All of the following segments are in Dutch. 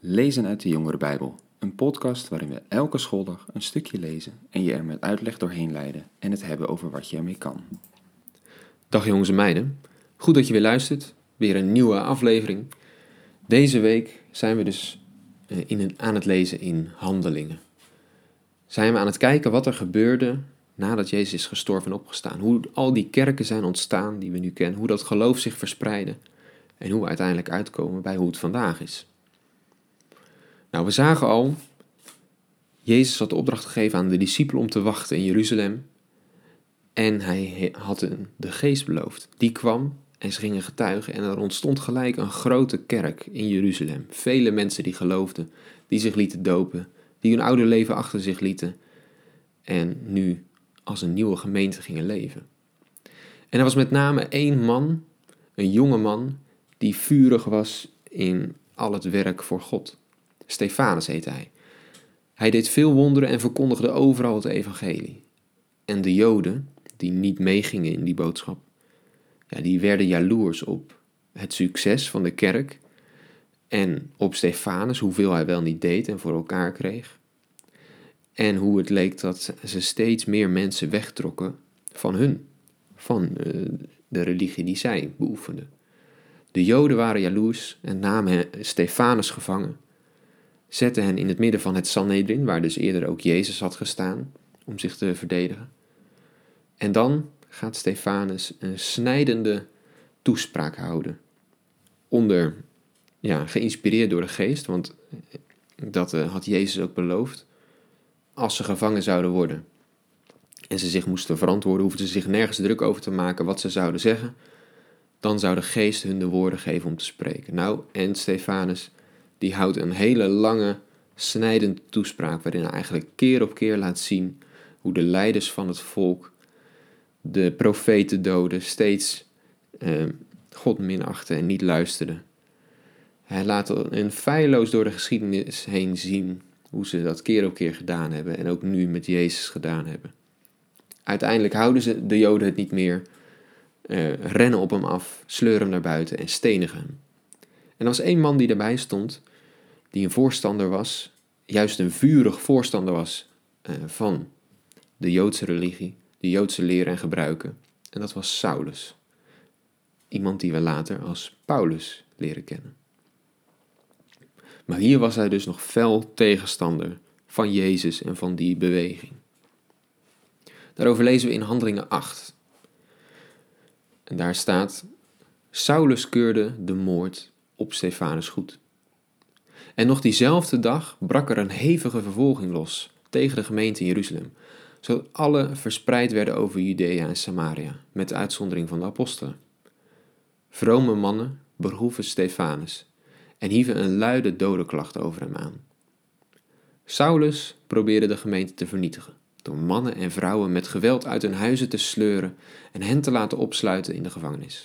Lezen uit de Jongerenbijbel, een podcast waarin we elke schooldag een stukje lezen en je er met uitleg doorheen leiden en het hebben over wat je ermee kan. Dag jongens en meiden, goed dat je weer luistert, weer een nieuwe aflevering. Deze week zijn we dus aan het lezen in Handelingen. Zijn we aan het kijken wat er gebeurde nadat Jezus is gestorven en opgestaan. Hoe al die kerken zijn ontstaan die we nu kennen, hoe dat geloof zich verspreidde en hoe we uiteindelijk uitkomen bij hoe het vandaag is. Nou, we zagen al, Jezus had de opdracht gegeven aan de discipelen om te wachten in Jeruzalem. En hij had de geest beloofd. Die kwam en ze gingen getuigen en er ontstond gelijk een grote kerk in Jeruzalem. Vele mensen die geloofden, die zich lieten dopen, die hun oude leven achter zich lieten en nu als een nieuwe gemeente gingen leven. En er was met name één man, een jonge man, die vurig was in al het werk voor God. Stefanus heette hij. Hij deed veel wonderen en verkondigde overal het evangelie. En de Joden, die niet meegingen in die boodschap, die werden jaloers op het succes van de kerk en op Stefanus, hoeveel hij wel niet deed en voor elkaar kreeg. En hoe het leek dat ze steeds meer mensen wegtrokken van de religie die zij beoefenden. De Joden waren jaloers en namen Stefanus gevangen, zetten hen in het midden van het Sanhedrin, waar dus eerder ook Jezus had gestaan, om zich te verdedigen. En dan gaat Stefanus een snijdende toespraak houden. Geïnspireerd door de geest, want dat had Jezus ook beloofd. Als ze gevangen zouden worden en ze zich moesten verantwoorden, hoefden ze zich nergens druk over te maken wat ze zouden zeggen. Dan zou de geest hun de woorden geven om te spreken. Nou, en Stefanus, die houdt een hele lange, snijdende toespraak, waarin hij eigenlijk keer op keer laat zien hoe de leiders van het volk de profeten doden, steeds God minachten en niet luisterden. Hij laat een feilloos door de geschiedenis heen zien hoe ze dat keer op keer gedaan hebben en ook nu met Jezus gedaan hebben. Uiteindelijk houden de Joden het niet meer, rennen op hem af, sleuren hem naar buiten en stenigen hem. En er was één man die daarbij stond, die een voorstander was, juist een vurig voorstander was van de Joodse religie, de Joodse leren en gebruiken. En dat was Saulus. Iemand die we later als Paulus leren kennen. Maar hier was hij dus nog fel tegenstander van Jezus en van die beweging. Daarover lezen we in Handelingen 8. En daar staat: Saulus keurde de moord op Stefanus goed. En nog diezelfde dag brak er een hevige vervolging los tegen de gemeente in Jeruzalem, zodat alle verspreid werden over Judea en Samaria, met de uitzondering van de apostelen. Vrome mannen begroeven Stefanus en hieven een luide dodenklacht over hem aan. Saulus probeerde de gemeente te vernietigen, door mannen en vrouwen met geweld uit hun huizen te sleuren en hen te laten opsluiten in de gevangenis.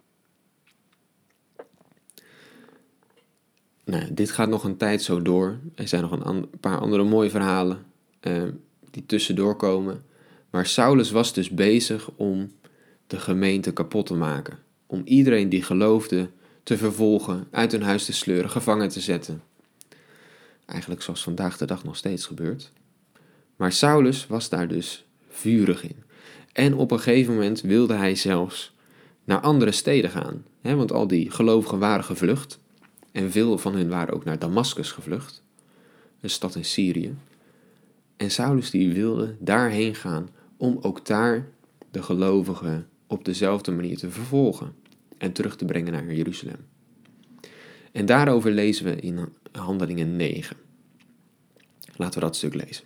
Nou, dit gaat nog een tijd zo door. Er zijn nog een paar andere mooie verhalen die tussendoor komen. Maar Saulus was dus bezig om de gemeente kapot te maken. Om iedereen die geloofde te vervolgen, uit hun huis te sleuren, gevangen te zetten. Eigenlijk zoals vandaag de dag nog steeds gebeurt. Maar Saulus was daar dus vurig in. En op een gegeven moment wilde hij zelfs naar andere steden gaan. Want al die gelovigen waren gevlucht. En veel van hen waren ook naar Damascus gevlucht, een stad in Syrië. En Saulus die wilde daarheen gaan om ook daar de gelovigen op dezelfde manier te vervolgen en terug te brengen naar Jeruzalem. En daarover lezen we in Handelingen 9. Laten we dat stuk lezen.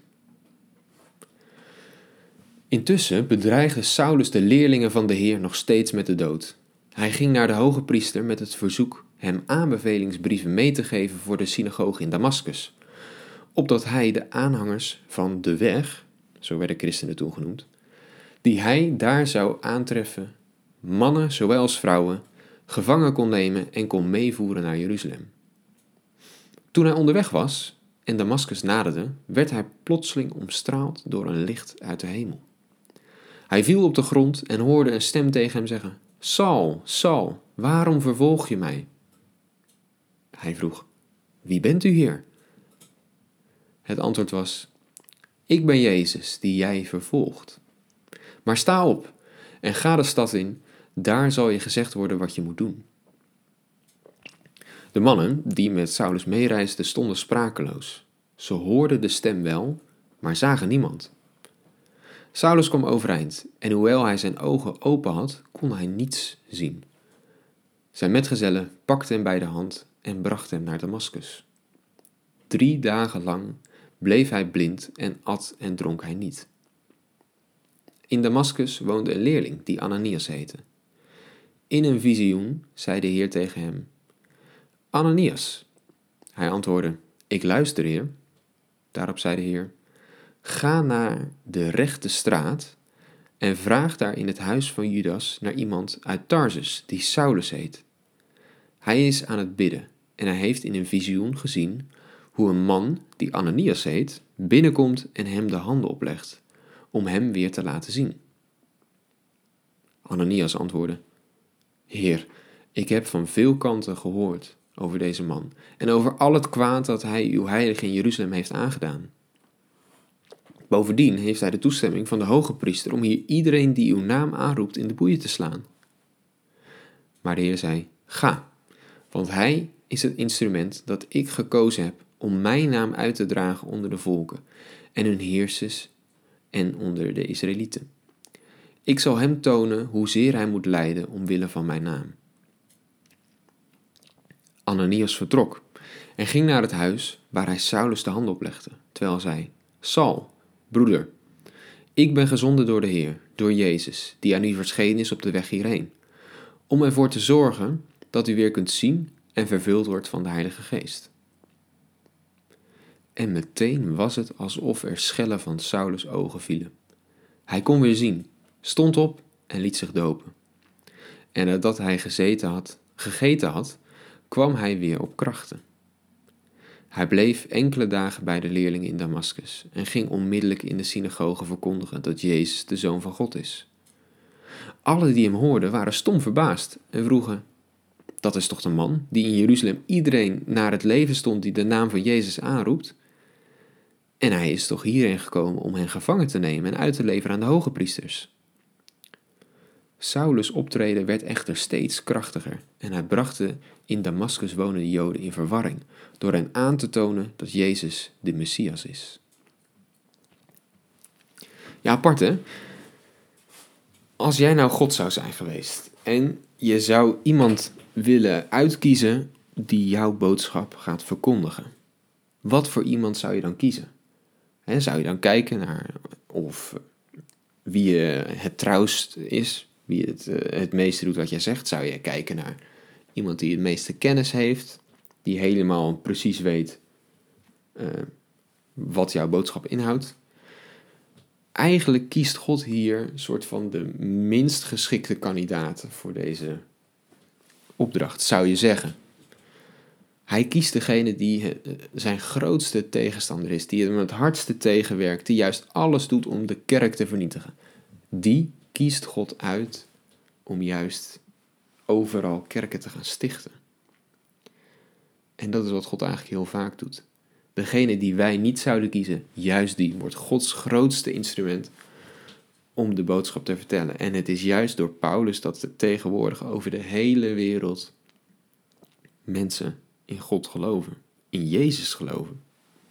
Intussen bedreigde Saulus de leerlingen van de Heer nog steeds met de dood. Hij ging naar de hoge priester met het verzoek hem aanbevelingsbrieven mee te geven voor de synagoge in Damascus, opdat hij de aanhangers van de weg, zo werden christenen toen genoemd, die hij daar zou aantreffen, mannen zowel als vrouwen, gevangen kon nemen en kon meevoeren naar Jeruzalem. Toen hij onderweg was en Damascus naderde, werd hij plotseling omstraald door een licht uit de hemel. Hij viel op de grond en hoorde een stem tegen hem zeggen: Saul, Saul, waarom vervolg je mij? Hij vroeg: wie bent u, Heer? Het antwoord was: ik ben Jezus, die jij vervolgt. Maar sta op en ga de stad in, daar zal je gezegd worden wat je moet doen. De mannen die met Saulus meereisden stonden sprakeloos. Ze hoorden de stem wel, maar zagen niemand. Saulus kwam overeind en hoewel hij zijn ogen open had, kon hij niets zien. Zijn metgezellen pakten hem bij de hand en brachten hem naar Damaskus. 3 dagen lang bleef hij blind en at en dronk hij niet. In Damaskus woonde een leerling die Ananias heette. In een visioen zei de Heer tegen hem: Ananias. Hij antwoordde: ik luister, Heer. Daarop zei de Heer: ga naar de rechte straat en vraag daar in het huis van Judas naar iemand uit Tarsus die Saulus heet. Hij is aan het bidden en hij heeft in een visioen gezien hoe een man die Ananias heet binnenkomt en hem de handen oplegt om hem weer te laten zien. Ananias antwoordde: Heer, ik heb van veel kanten gehoord over deze man en over al het kwaad dat hij uw heilige in Jeruzalem heeft aangedaan. Bovendien heeft hij de toestemming van de hoge priester om hier iedereen die uw naam aanroept in de boeien te slaan. Maar de Heer zei: ga, want hij is het instrument dat ik gekozen heb om mijn naam uit te dragen onder de volken en hun heersers en onder de Israëlieten. Ik zal hem tonen hoezeer hij moet lijden omwille van mijn naam. Ananias vertrok en ging naar het huis waar hij Saulus de hand oplegde, terwijl hij zei: Saul, broeder, ik ben gezonden door de Heer, door Jezus, die aan u verschenen is op de weg hierheen, om ervoor te zorgen dat u weer kunt zien en vervuld wordt van de Heilige Geest. En meteen was het alsof er schellen van Saulus' ogen vielen. Hij kon weer zien, stond op en liet zich dopen. En nadat hij gegeten had, kwam hij weer op krachten. Hij bleef enkele dagen bij de leerlingen in Damaskus en ging onmiddellijk in de synagoge verkondigen dat Jezus de Zoon van God is. Alle die hem hoorden waren stom verbaasd en vroegen: dat is toch de man die in Jeruzalem iedereen naar het leven stond die de naam van Jezus aanroept? En hij is toch hierheen gekomen om hen gevangen te nemen en uit te leveren aan de hoge priesters. Saulus' optreden werd echter steeds krachtiger en hij bracht de in Damaskus wonende Joden in verwarring door hen aan te tonen dat Jezus de Messias is. Ja, apart hè? Als jij nou God zou zijn geweest en je zou iemand willen uitkiezen die jouw boodschap gaat verkondigen, wat voor iemand zou je dan kiezen? Zou je dan kijken naar of wie het trouwst is, wie het meeste doet wat jij zegt? Zou je kijken naar iemand die het meeste kennis heeft, die helemaal precies weet wat jouw boodschap inhoudt? Eigenlijk kiest God hier een soort van de minst geschikte kandidaten voor deze opdracht, zou je zeggen. Hij kiest degene die zijn grootste tegenstander is, die hem het hardste tegenwerkt, die juist alles doet om de kerk te vernietigen. Die kiest God uit om juist overal kerken te gaan stichten. En dat is wat God eigenlijk heel vaak doet. Degene die wij niet zouden kiezen, juist die wordt Gods grootste instrument om de boodschap te vertellen. En het is juist door Paulus dat er tegenwoordig over de hele wereld mensen in God geloven, in Jezus geloven.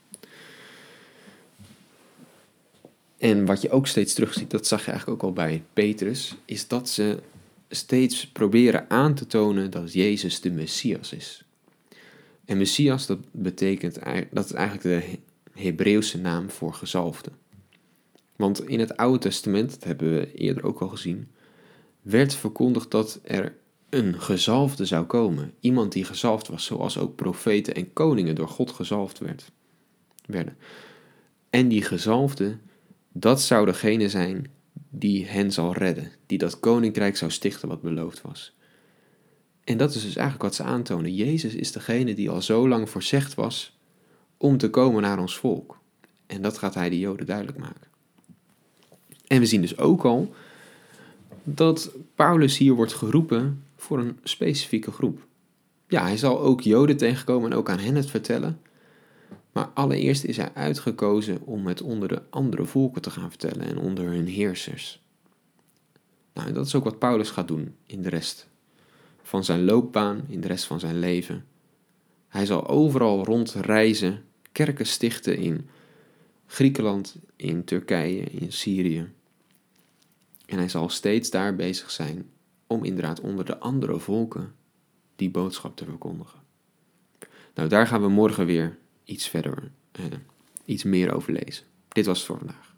En wat je ook steeds terugziet, dat zag je eigenlijk ook al bij Petrus, is dat ze steeds proberen aan te tonen dat Jezus de Messias is. En Messias, dat is eigenlijk de Hebreeuwse naam voor gezalfde. Want in het Oude Testament, dat hebben we eerder ook al gezien, werd verkondigd dat er een gezalfde zou komen. Iemand die gezalfd was, zoals ook profeten en koningen door God gezalfd werden. En die gezalfde, dat zou degene zijn die hen zal redden, die dat koninkrijk zou stichten wat beloofd was. En dat is dus eigenlijk wat ze aantonen. Jezus is degene die al zo lang voorzegd was om te komen naar ons volk. En dat gaat hij de Joden duidelijk maken. En we zien dus ook al dat Paulus hier wordt geroepen voor een specifieke groep. Ja, hij zal ook Joden tegenkomen en ook aan hen het vertellen. Maar allereerst is hij uitgekozen om het onder de andere volken te gaan vertellen en onder hun heersers. Nou, en dat is ook wat Paulus gaat doen in de rest van zijn loopbaan, in de rest van zijn leven. Hij zal overal rondreizen, kerken stichten in Griekenland, in Turkije, in Syrië. En hij zal steeds daar bezig zijn om inderdaad onder de andere volken die boodschap te verkondigen. Nou, daar gaan we morgen weer iets verder, iets meer over lezen. Dit was het voor vandaag.